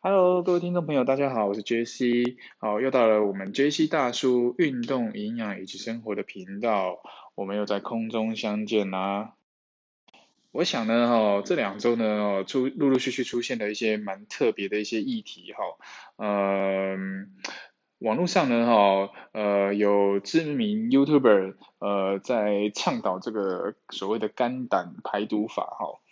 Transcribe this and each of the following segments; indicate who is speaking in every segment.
Speaker 1: Hello，各位听众朋友，大家好，我是 JC。好，又到了我们 JC 大叔运动、营养以及生活的频道，我们又在空中相见啦。我想呢，这2周呢，陆陆续续出现了一些蛮特别的一些议题，网络上呢，有知名 YouTuber 在倡导这个所谓的肝胆排毒法，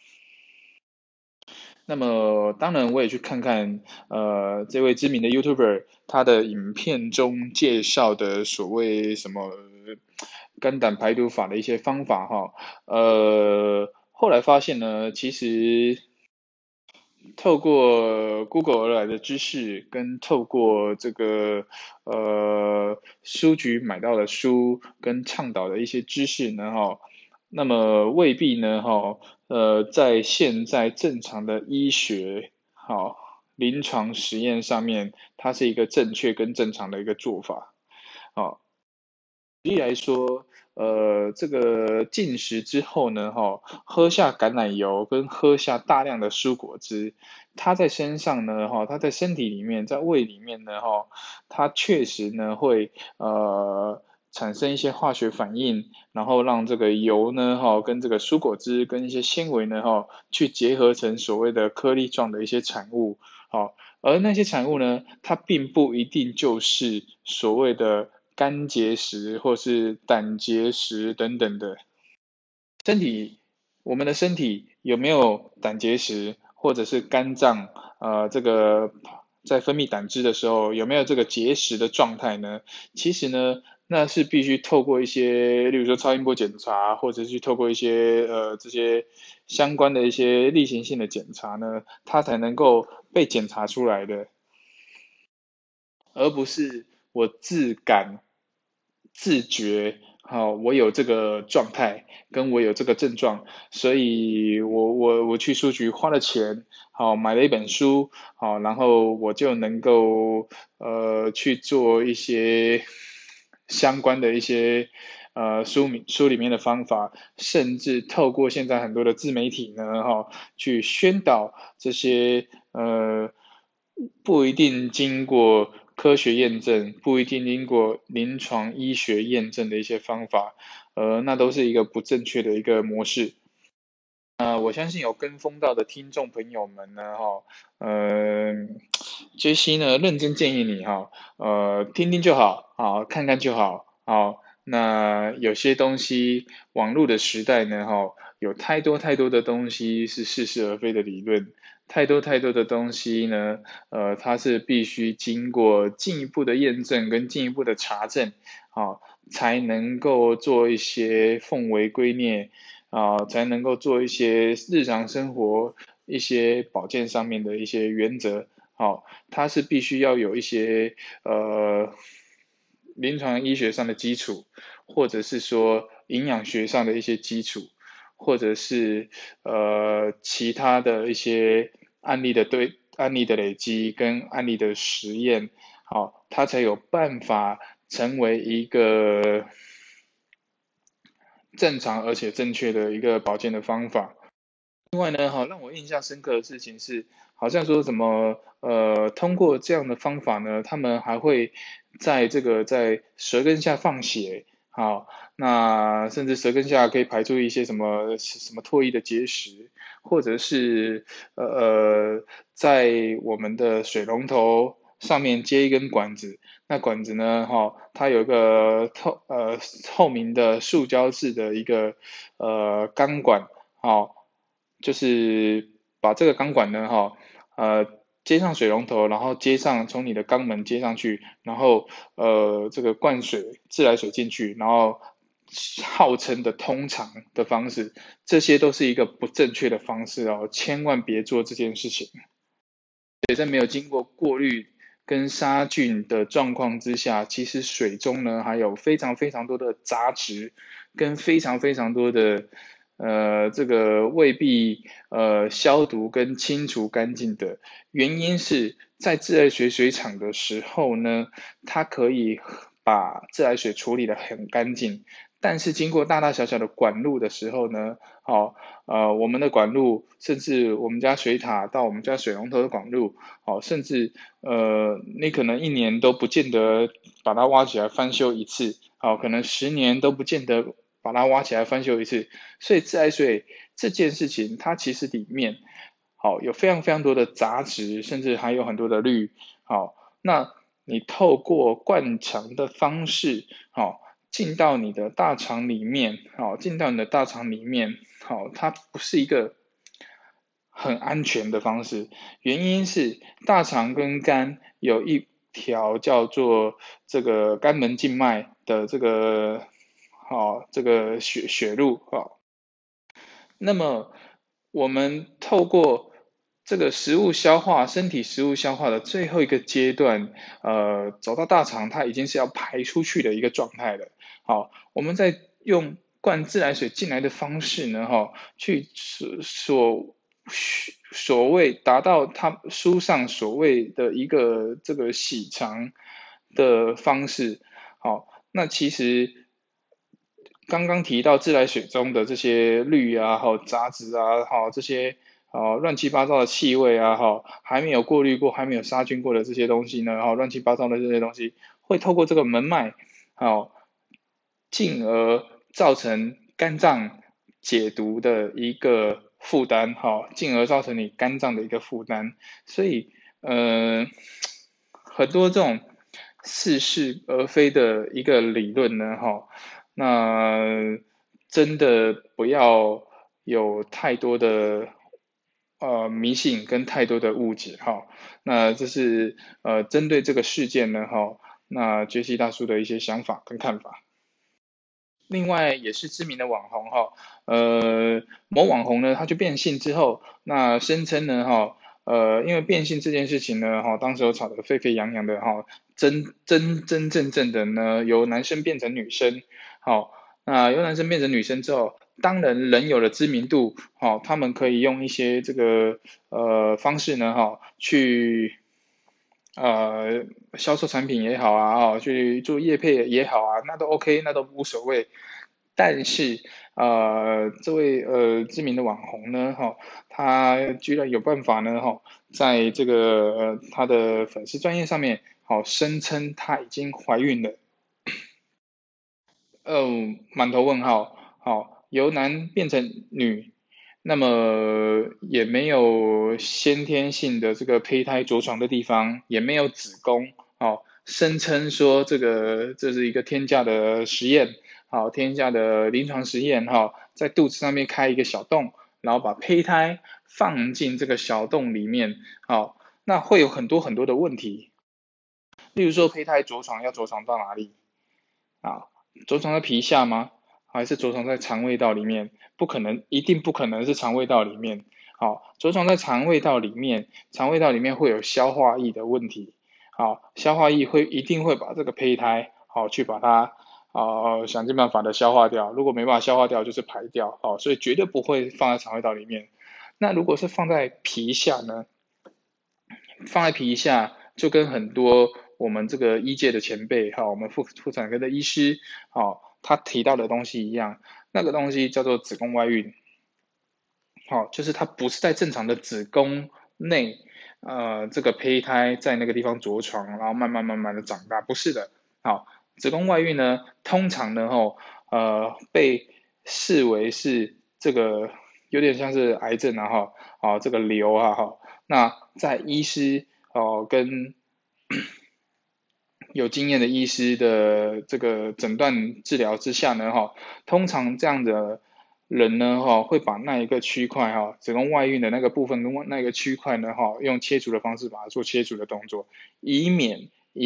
Speaker 1: 那么当然我也去看看，这位知名的 YouTuber 他的影片中介绍的所谓什么肝胆排毒法的一些方法后来发现呢，其实透过 Google 而来的知识，跟透过这个书局买到的书跟倡导的一些知识呢，那么未必呢，在现在正常的医学临床实验上面，它是一个正确跟正常的一个做法。好，举例来说，这个进食之后呢，喝下橄榄油跟喝下大量的蔬果汁，它在身上呢，它在身体里面，在胃里面呢，它确实呢会产生一些化学反应，然后让这个油呢，跟这个蔬果汁跟一些纤维呢，去结合成所谓的颗粒状的一些产物，而那些产物呢，它并不一定就是所谓的肝结石或是胆结石等等的。我们的身体有没有胆结石，或者是肝脏这个在分泌胆汁的时候有没有这个结石的状态呢？其实呢，那是必须透过一些，例如说超音波检查，或者是透过一些这些相关的一些例行性的检查呢，它才能够被检查出来的。而不是我自感自觉，我有这个状态，跟我有这个症状，所以我去书局花了钱，买了一本书，然后我就能够去做一些相关的一些书里面的方法，甚至透过现在很多的自媒体呢，去宣导这些不一定经过科学验证，不一定经过临床医学验证的一些方法，那都是一个不正确的一个模式。我相信有跟风到的听众朋友们呢，杰西呢认真建议你听听就好，看看就好，那有些东西，网络的时代呢，有太多太多的东西是似是而非的理论，太多太多的东西呢，它是必须经过进一步的验证跟进一步的查证，才能够做一些奉为圭臬。才能够做一些日常生活一些保健上面的一些原则。它是必须要有一些临床医学上的基础，或者是说营养学上的一些基础，或者是其他的一些案例的累积跟案例的实验，它才有办法成为一个正常而且正确的一个保健的方法。另外呢，让我印象深刻的事情是，好像说什么通过这样的方法呢，他们还会在舌根下放血，那甚至舌根下可以排出一些什么唾液的结石，或者是在我们的水龙头上面接一根管子，那管子呢，它有一个透明的塑胶制的一个钢管，就是把这个钢管呢，接上水龙头，然后从你的肛门接上去，然后这个灌自来水进去，然后号称的通常的方式，这些都是一个不正确的方式哦，千万别做这件事情。也在没有经过过滤跟杀菌的状况之下，其实水中呢还有非常非常多的杂质，跟非常非常多的这个未必消毒跟清除干净的。原因是在自来水水厂的时候呢，它可以把自来水处理得很干净， 但是经过大大小小的管路的时候呢，我们的管路，甚至我们家水塔到我们家水龙头的管路，甚至你可能一年都不见得把它挖起来翻修一次，可能10年都不见得把它挖起来翻修一次，所以自来水这件事情，它其实里面有非常非常多的杂质，甚至还有很多的氯，那你透过灌肠的方式，进到你的大肠里面，进到你的大肠里面，它不是一个很安全的方式，原因是大肠跟肝有一条叫做这个肝门静脉的这个血路，那么我们透过这个食物消化，身体食物消化的最后一个阶段，走到大肠，它已经是要排出去的一个状态了。我们在用灌自来水进来的方式呢，去所谓达到他书上所谓的一个这个洗肠的方式，那其实刚刚提到自来水中的这些氯啊，还有杂质啊，这些乱七八糟的气味啊，还没有过滤过、还没有杀菌过的这些东西呢，乱七八糟的这些东西会透过这个门脉，进而造成肝脏解毒的一个负担，进而造成你肝脏的一个负担，所以很多这种似是而非的一个理论呢，那真的不要有太多的迷信跟太多的误解，那这是针对这个事件呢，那杰西大叔的一些想法跟看法。另外也是知名的网红某网红呢他就变性之后，那声称呢因为变性这件事情呢当时有吵得沸沸扬扬的真正的呢由男生变成女生，那由男生变成女生之后，当人有了知名度，他们可以用一些这个方式呢去销售产品也好啊，去做业配也好啊，那都 OK，那都无所谓。但是这位知名的网红呢，他居然有办法呢，在这个他的粉丝专页上面，声称他已经怀孕了，满头问号，由男变成女，那么也没有先天性的这个胚胎着床的地方，也没有子宫，声称说这是一个天价的实验，天价的临床实验，在肚子上面开一个小洞，然后把胚胎放进这个小洞里面，那会有很多很多的问题，例如说胚胎着床要着床到哪里？啊，着床在皮下吗？还是着床在肠胃道里面？不可能，一定不可能是肠胃道里面。着床在肠胃道里面，肠胃道里面会有消化液的问题。消化液一定会把这个胚胎，去把它想尽办法的消化掉。如果没办法消化掉，就是排掉。所以绝对不会放在肠胃道里面。那如果是放在皮下呢？放在皮下，就跟很多我们这个医界的前辈，我们妇产科的医师，他提到的东西一样，那个东西叫做子宫外孕，就是它不是在正常的子宫内，这个胚胎在那个地方着床，然后慢慢的长大，不是的，子宫外孕呢，通常呢，被视为是这个有点像是癌症这个瘤那在医师跟有经验的医师的这个诊断治疗之下呢，通常这样的人呢，会把那一个区块子宫外孕的那个部分跟那个区块呢，用切除的方式把它做切除的动作，以免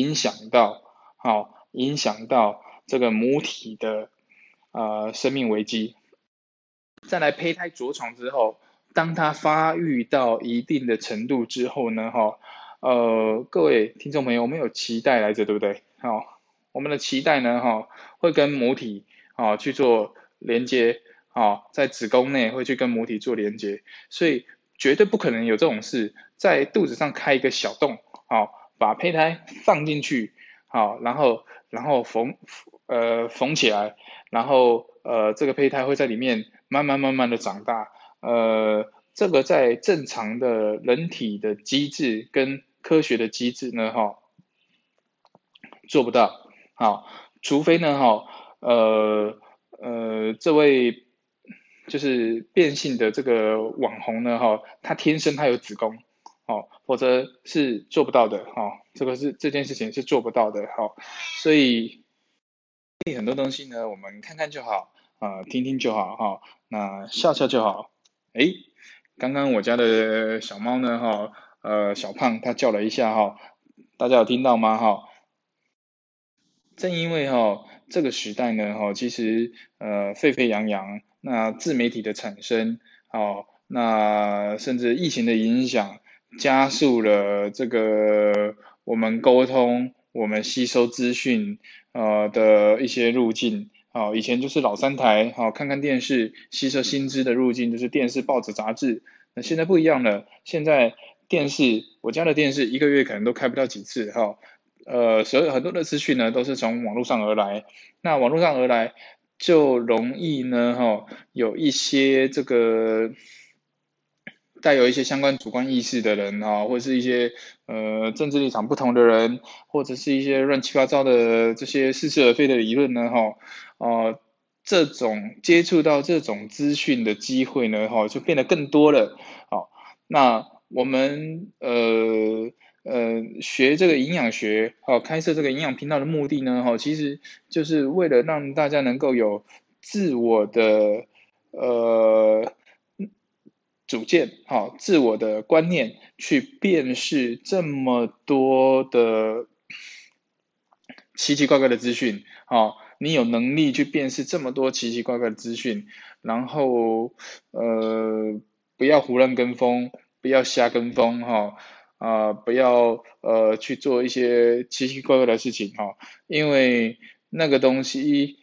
Speaker 1: 影响到这个母体的生命危机。再来胚胎着床之后，当它发育到一定的程度之后呢，各位听众朋友，我们有脐带来着，对不对？我们的脐带呢，会跟母体去做连接，在子宫内会去跟母体做连接，所以绝对不可能有这种事，在肚子上开一个小洞，把胚胎放进去， 好，然后缝起来，然后这个胚胎会在里面慢慢的长大，这个在正常的人体的机制跟科学的机制呢，做不到，好，除非呢，这位就是变性的这个网红呢，他天生他有子宫，否则是做不到的，这件事情是做不到的，所以很多东西呢，我们看看就好，听听就好，那笑笑就好。诶，刚刚我家的小猫呢，小胖它叫了一下，大家有听到吗？正因为这个时代呢其实沸沸扬扬，那自媒体的产生，那甚至疫情的影响，加速了这个我们沟通、我们吸收资讯的一些路径。以前就是老三台，看看电视，吸收新知的路径就是电视、报纸、杂志。那现在不一样了，现在电视，我家的电视一个月可能都开不到几次，所有很多的资讯呢都是从网络上而来，那网络上而来就容易呢，有一些这个带有一些相关主观意识的人或者是一些政治立场不同的人，或者是一些乱七八糟的这些似是而非的理论呢，这种接触到这种资讯的机会呢，就变得更多了，那我们学这个营养学，开设这个营养频道的目的呢，其实就是为了让大家能够有自我的呃主见，自我的观念去辨识这么多的奇奇怪怪的资讯，你有能力去辨识这么多奇奇怪怪的资讯，然后不要胡乱跟风，不要瞎跟风，不要去做一些奇奇怪怪的事情，因为那个东西，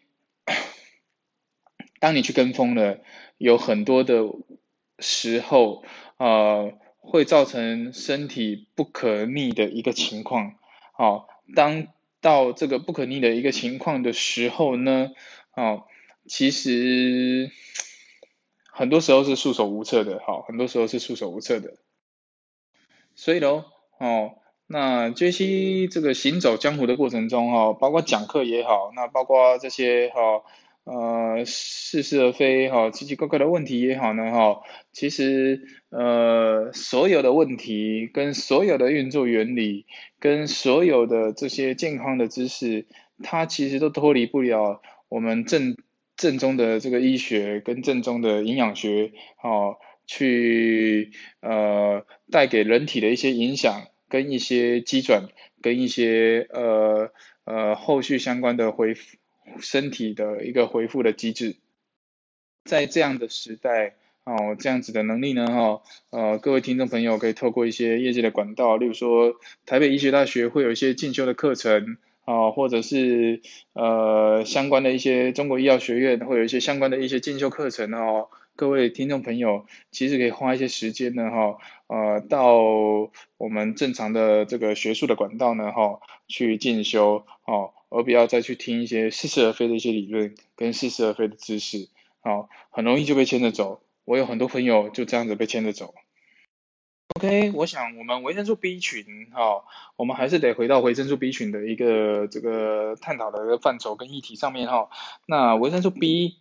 Speaker 1: 当你去跟风了，有很多的时候，会造成身体不可逆的一个情况。当到这个不可逆的一个情况的时候呢，其实很多时候是束手无策的，很多时候是束手无策的。所以喽，那杰西这个行走江湖的过程中，包括讲课也好，那包括这些似是而非奇奇怪怪的问题也好呢，其实所有的问题跟所有的运作原理跟所有的这些健康的知识，它其实都脱离不了我们正宗的这个医学跟正宗的营养学，去带给人体的一些影响，跟一些机转，跟一些后续相关的身体的一个恢复的机制。在这样的时代，这样子的能力呢，各位听众朋友可以透过一些业界的管道，例如说台北医学大学会有一些进修的课程，或者是相关的一些中国医药学院会有一些相关的一些进修课程各位听众朋友其实可以花一些时间呢，到我们正常的这个学术的管道呢，去进修，而不要再去听一些似是而非的一些理论跟似是而非的知识。很容易就被牵着走。我有很多朋友就这样子被牵着走。OK，我想我们维生素 B 群，我们还是得回到维生素 B 群的一个这个探讨的一个范畴跟议题上面那维生素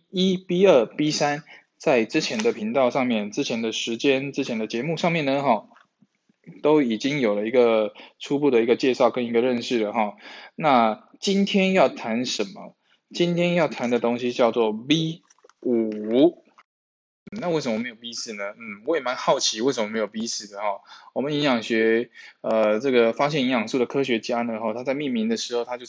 Speaker 1: B1、B2、B3，在之前的频道上面、之前的时间、之前的节目上面呢，都已经有了一个初步的一个介绍跟一个认识了那今天要谈什么？今天要谈的东西叫做 B5。那为什么没有 B4呢？我也蛮好奇为什么没有 B4的我们营养学这个发现营养素的科学家呢他在命名的时候，他就是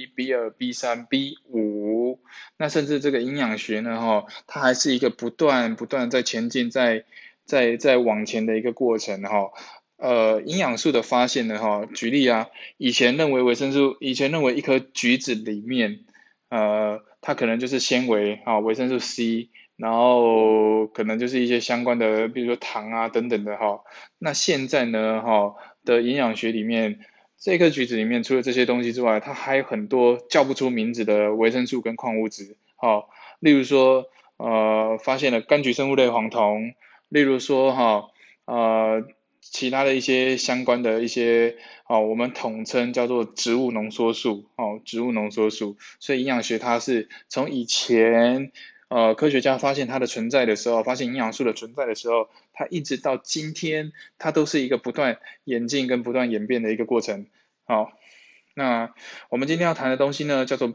Speaker 1: B1、B2、B3、B5。那甚至这个营养学呢它还是一个不断在前进，在往前的一个过程营养素的发现呢举例以前认为一颗橘子里面它可能就是纤维维生素 C。然后可能就是一些相关的，比如说糖等等的那现在呢的营养学里面， 这颗橘子里面除了这些东西之外，它还有很多叫不出名字的维生素跟矿物质。好，例如说，发现了柑橘生物类黄酮，例如说其他的一些相关的一些，我们统称叫做植物浓缩素，植物浓缩素。所以营养学它是从以前，科学家发现它的存在的时候，发现营养素的存在的时候，它一直到今天，它都是一个不断演进跟不断演变的一个过程。好，那我们今天要谈的东西呢，叫做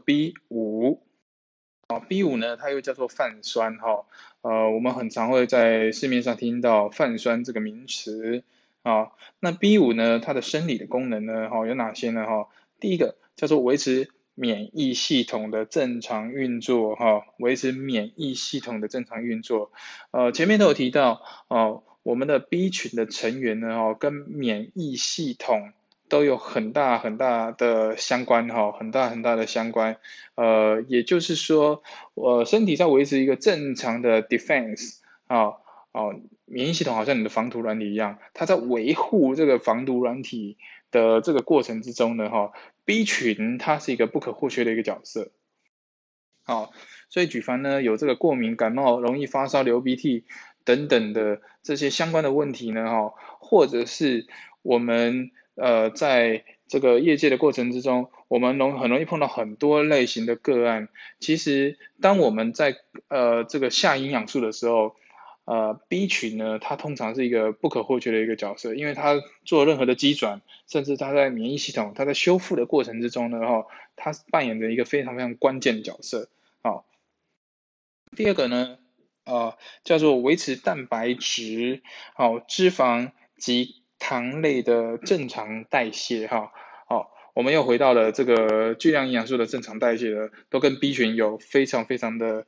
Speaker 1: B5。B5呢，它又叫做泛酸我们很常会在市面上听到泛酸这个名词那 B5呢，它的生理的功能呢，有哪些呢第一个叫做维持免疫系统的正常运作维持免疫系统的正常运作。前面都有提到我们的 B 群的成员呢跟免疫系统都有很大很大的相关很大很大的相关。也就是说，身体在维持一个正常的 defense 免疫系统好像你的防毒软体一样，它在维护这个防毒软体的这个过程之中呢B 群它是一个不可或缺的一个角色。所以举凡呢有这个过敏、感冒、容易发烧、流鼻涕等等的这些相关的问题呢或者是我们在这个业界的过程之中，我们很容易碰到很多类型的个案。其实当我们在这个下营养素的时候B 群呢，它通常是一个不可或缺的一个角色，因为它做任何的机转，甚至它在免疫系统、它在修复的过程之中呢，它扮演着一个非常非常关键的角色。第二个呢，叫做维持蛋白质、脂肪及糖类的正常代谢我们又回到了这个巨量营养素的正常代谢了，都跟 B 群有非常非常的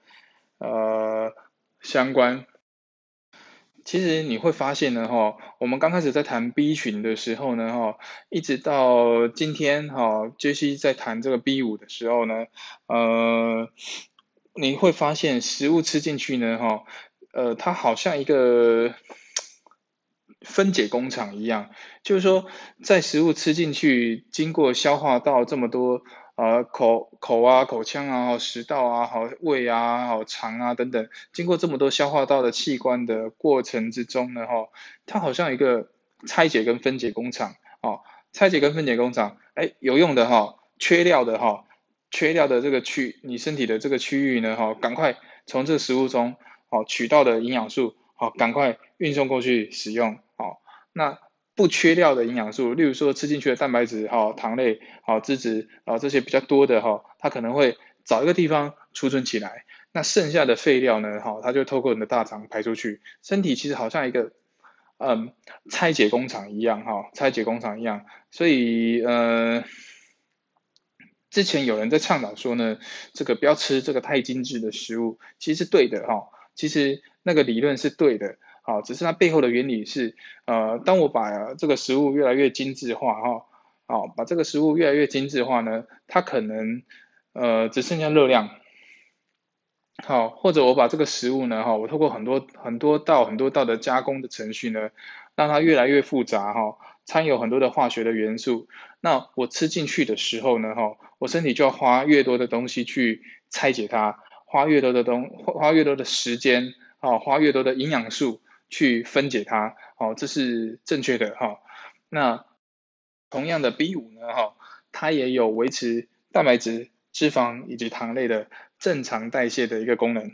Speaker 1: 相关。其实你会发现呢，我们刚开始在谈 B 群的时候呢，一直到今天杰西在谈这个 B5的时候呢，你会发现食物吃进去呢，它好像一个分解工厂一样，就是说在食物吃进去，经过消化道这么多口腔食道胃肠等等，经过这么多消化道的器官的过程之中呢，它好像一个拆解跟分解工厂拆解跟分解工厂，有用的缺料的这个你身体的这个区域呢赶快从这个食物中取到的营养素赶快运送过去使用那不缺料的营养素，例如说吃进去的蛋白质糖类脂质这些比较多的它可能会找一个地方储存起来，那剩下的废料呢它就透过你的大肠排出去。身体其实好像一个拆解工厂一样拆解工厂一样。所以之前有人在倡导说呢，这个不要吃这个太精致的食物，其实是对的其实那个理论是对的只是它背后的原理是当我把这个食物越来越精致化把这个食物越来越精致化呢，它可能只剩下热量或者我把这个食物呢我透过很多道的加工的程序呢，让它越来越复杂掺有很多的化学的元素。那我吃进去的时候呢我身体就要花越多的东西去拆解它，花越多的时间花越多的营养素去分解它这是正确的那同样的 B5呢它也有维持蛋白质、脂肪以及糖类的正常代谢的一个功能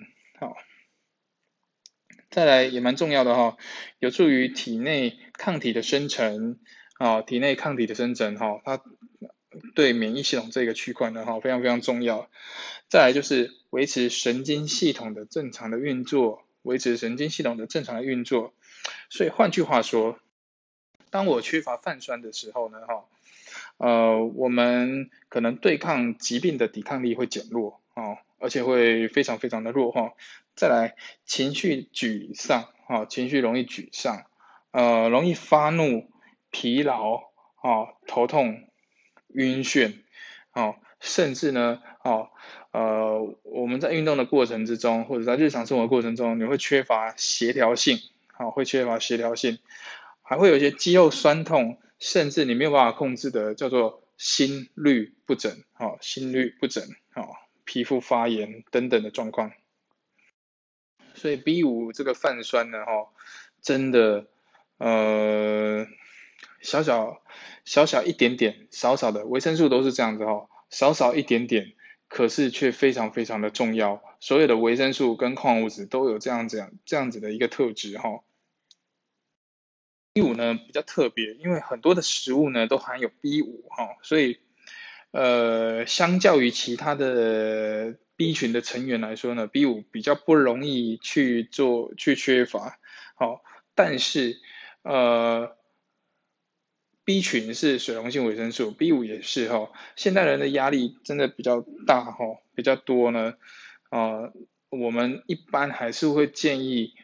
Speaker 1: 再来也蛮重要的有助于体内抗体的生成体内抗体的生成它对免疫系统这个区块呢非常非常重要。再来就是维持神经系统的正常的运作，维持神经系统的正常的运作。所以换句话说，当我缺乏泛酸的时候呢我们可能对抗疾病的抵抗力会减弱而且会非常非常的弱再来情绪沮丧情绪容易沮丧容易发怒、疲劳头痛、晕眩甚至呢我们在运动的过程之中，或者在日常生活过程中，你会缺乏协调性会缺乏协调性，还会有一些肌肉酸痛、 甚至你没有办法控制的叫做心律不整，心律不整，皮肤发炎等等的状况。所以 B5这个泛酸呢，真的，呃，小小小小一点点，少少的维生素都是这样子少少一点点，可是却非常非常的重要。所有的维生素跟矿物质都有这样子的一个特质B5呢比较特别，因为很多的食物呢都含有 B5所以相较于其他的 B 群的成员来说呢，B5比较不容易去缺乏。但是B 群是水溶性维生素，B5也是现代人的压力真的比较大比较多呢，我们一般还是会建议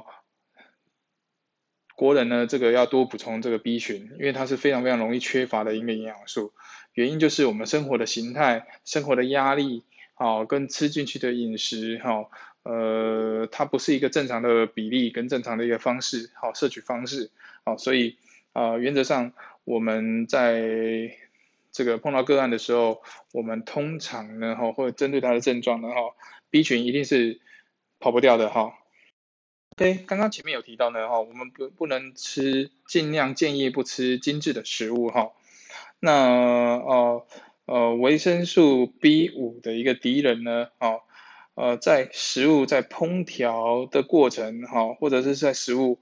Speaker 1: 国人呢，这个要多补充这个 B 群，因为它是非常非常容易缺乏的一个营养素。原因就是我们生活的形态、生活的压力，跟吃进去的饮食，它不是一个正常的比例跟正常的一个方式，摄取方式，所以原则上我们在这个碰到个案的时候，我们通常呢，或者针对他的症状呢，B 群一定是跑不掉的OK，刚刚前面有提到呢，我们不能吃，尽量建议不吃精致的食物那维生素 B5的一个敌人呢，在食物在烹调的过程或者是在食物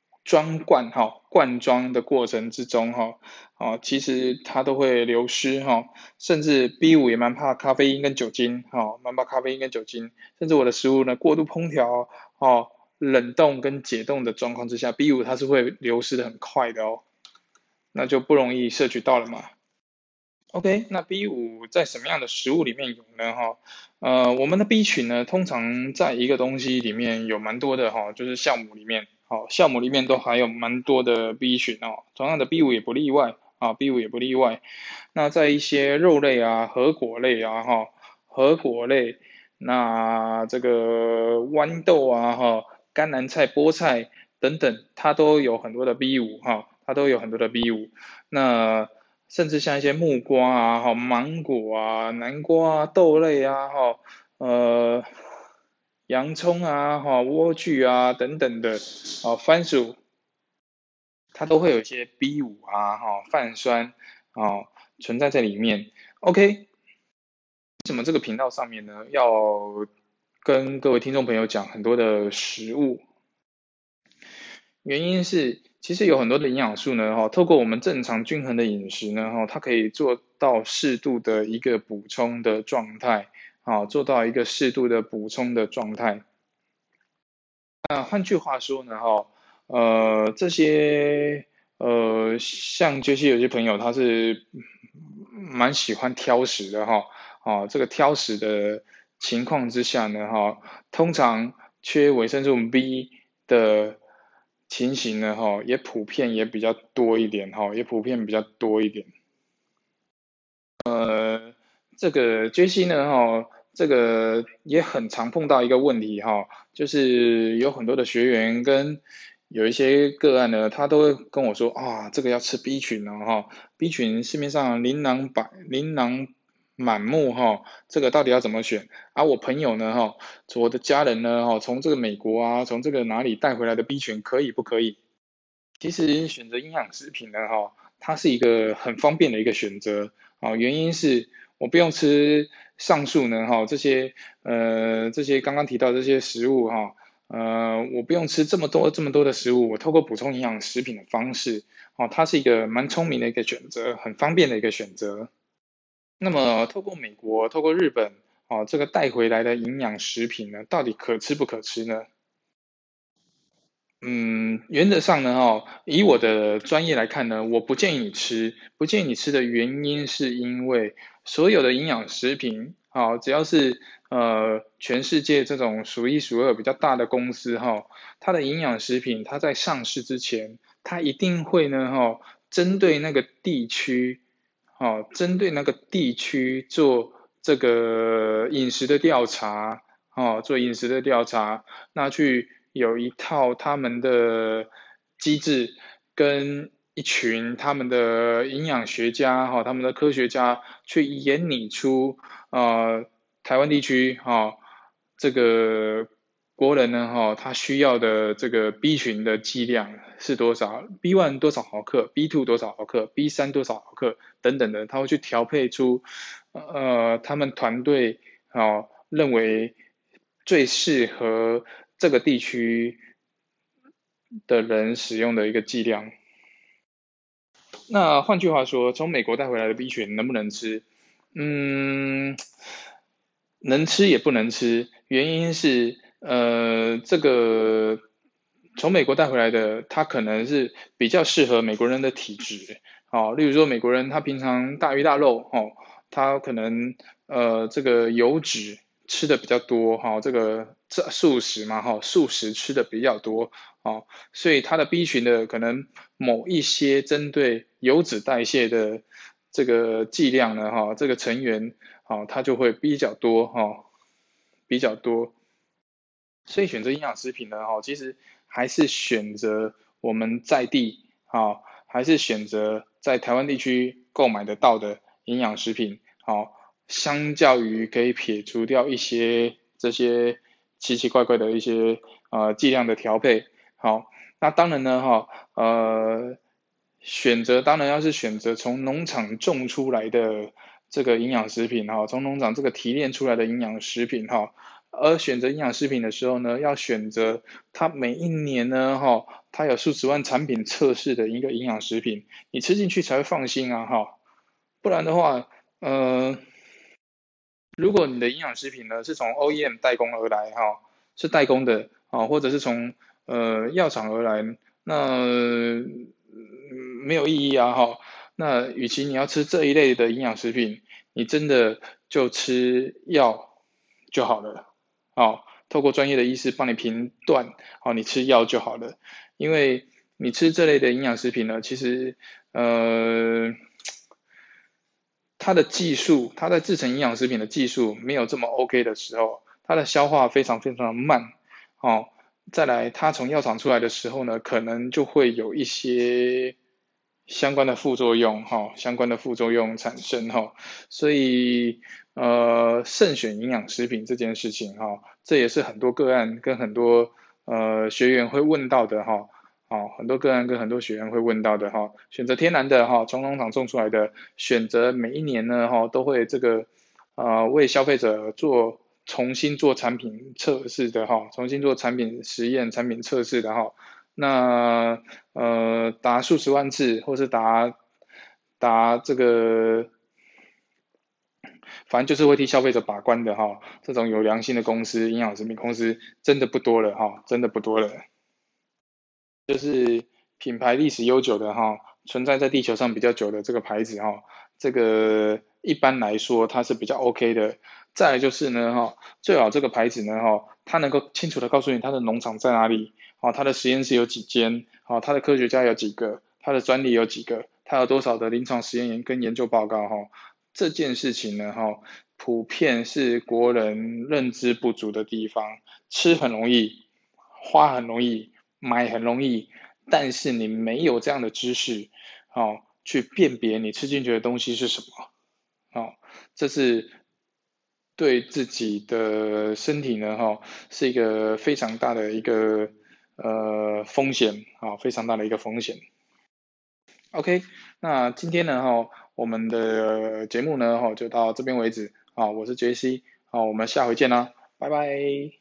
Speaker 1: 灌装的过程之中其实它都会流失甚至 B5也蛮怕咖啡因跟酒精蛮怕咖啡因跟酒精，甚至我的食物呢过度烹调冷冻跟解冻的状况之下，B5它是会流失的很快的那就不容易摄取到了嘛。OK，那 B5在什么样的食物里面有呢？我们的 B 群呢，通常在一个东西里面有蛮多的就是酵母里面，酵母里面都含有蛮多的 B 群同样的 B5也不例外，B5也不例外。那在一些肉类啊、核果类核果类，那这个豌豆甘蓝菜、菠菜等等，它都有很多的 B5它都有很多的 B5。那甚至像一些木瓜芒果南瓜豆类呃，洋葱莴苣等等的番薯，它都会有一些 B5泛酸存在在里面。OK，为什么这个频道上面呢要跟各位听众朋友讲很多的食物？原因是，其实有很多的营养素呢，透过我们正常均衡的饮食呢，它可以做到适度的一个补充的状态，做到一个适度的补充的状态。那换句话说呢，这些像这些有些朋友他是蛮喜欢挑食的这个挑食的情况之下呢，通常缺维生素 B 的情形呢，也普遍也比较多一点也普遍比较多一点。这个杰西呢，这个也很常碰到一个问题就是有很多的学员跟有一些个案呢，他都会跟我说这个要吃 B 群B 群市面上琳琅满目这个到底要怎么选？我朋友呢我的家人呢从这个美国从这个哪里带回来的 B 群可以不可以？其实选择营养食品呢，它是一个很方便的一个选择原因是我不用吃上述呢这些刚刚提到这些食物我不用吃这么多的食物，我透过补充营养食品的方式它是一个蛮聪明的一个选择，很方便的一个选择。那么透过美国、透过日本这个带回来的营养食品呢，到底可吃不可吃呢？原则上呢，以我的专业来看呢，我不建议你吃。不建议你吃的原因是因为所有的营养食品，只要是全世界这种数一数二比较大的公司它的营养食品，它在上市之前，它一定会呢针对那个地区，针对那个地区做这个饮食的调查，做饮食的调查，那去有一套他们的机制跟一群他们的营养学家哈，他们的科学家去研拟出台湾地区这个国人呢他需要的这个 B 群的剂量是多少，B1 多少毫克，B2 多少毫克，B3多少毫克等等的，他会去调配出他们团队认为最适合这个地区的人使用的一个剂量。那换句话说，从美国带回来的 B 群能不能吃？能吃也不能吃，原因是这个从美国带回来的，它可能是比较适合美国人的体质，例如说美国人他平常大鱼大肉，他可能这个油脂吃的比较多，这素食嘛，素食吃的比较多，所以它的 B 群的可能某一些针对油脂代谢的这个剂量呢，这个成员，它就会比较多，比较多。所以选择营养食品呢，其实还是选择我们在地，还是选择在台湾地区购买得到的营养食品，相较于可以撇除掉一些这些奇奇怪怪的一些剂量的调配，那当然呢，选择当然要是选择从农场种出来的这个营养食品，从农场这个提炼出来的营养食品，而选择营养食品的时候呢，要选择它每一年呢，它有数十万产品测试的一个营养食品，你吃进去才会放心啊，不然的话，如果你的营养食品呢是从 OEM 代工而来，是代工的，或者是从药厂而来，那没有意义啊，那与其你要吃这一类的营养食品，你真的就吃药就好了，透过专业的医师帮你评断，你吃药就好了，因为你吃这类的营养食品呢，其实它的技术，它在制成营养食品的技术没有这么 OK 的时候，它的消化非常非常的慢，再来它从药厂出来的时候呢，可能就会有一些相关的副作用，相关的副作用产生，所以慎选营养食品这件事情，这也是很多个案跟很多学员会问到的，很多个案跟很多学员会问到的，选择天然的，从农场种出来的，选择每一年呢，都会这个为消费者重新做产品测试的，重新做产品实验、产品测试的，那达数十万次，或是达这个，反正就是会替消费者把关的，这种有良心的公司，营养食品公司真的不多了，真的不多了。就是品牌历史悠久的存在在地球上比较久的这个牌子这个一般来说它是比较 OK 的。再来就是呢最好这个牌子呢它能够清楚的告诉你它的农场在哪里，它的实验室有几间，它的科学家有几个，它的专利有几个，它有多少的临床实验跟研究报告这件事情呢普遍是国人认知不足的地方，吃很容易，花很容易，买很容易，但是你没有这样的知识，去辨别你吃进去的东西是什么，这是对自己的身体呢，是一个非常大的一个风险，非常大的一个风险。OK，那今天呢，我们的节目呢，就到这边为止，我是杰西，我们下回见啦，拜拜。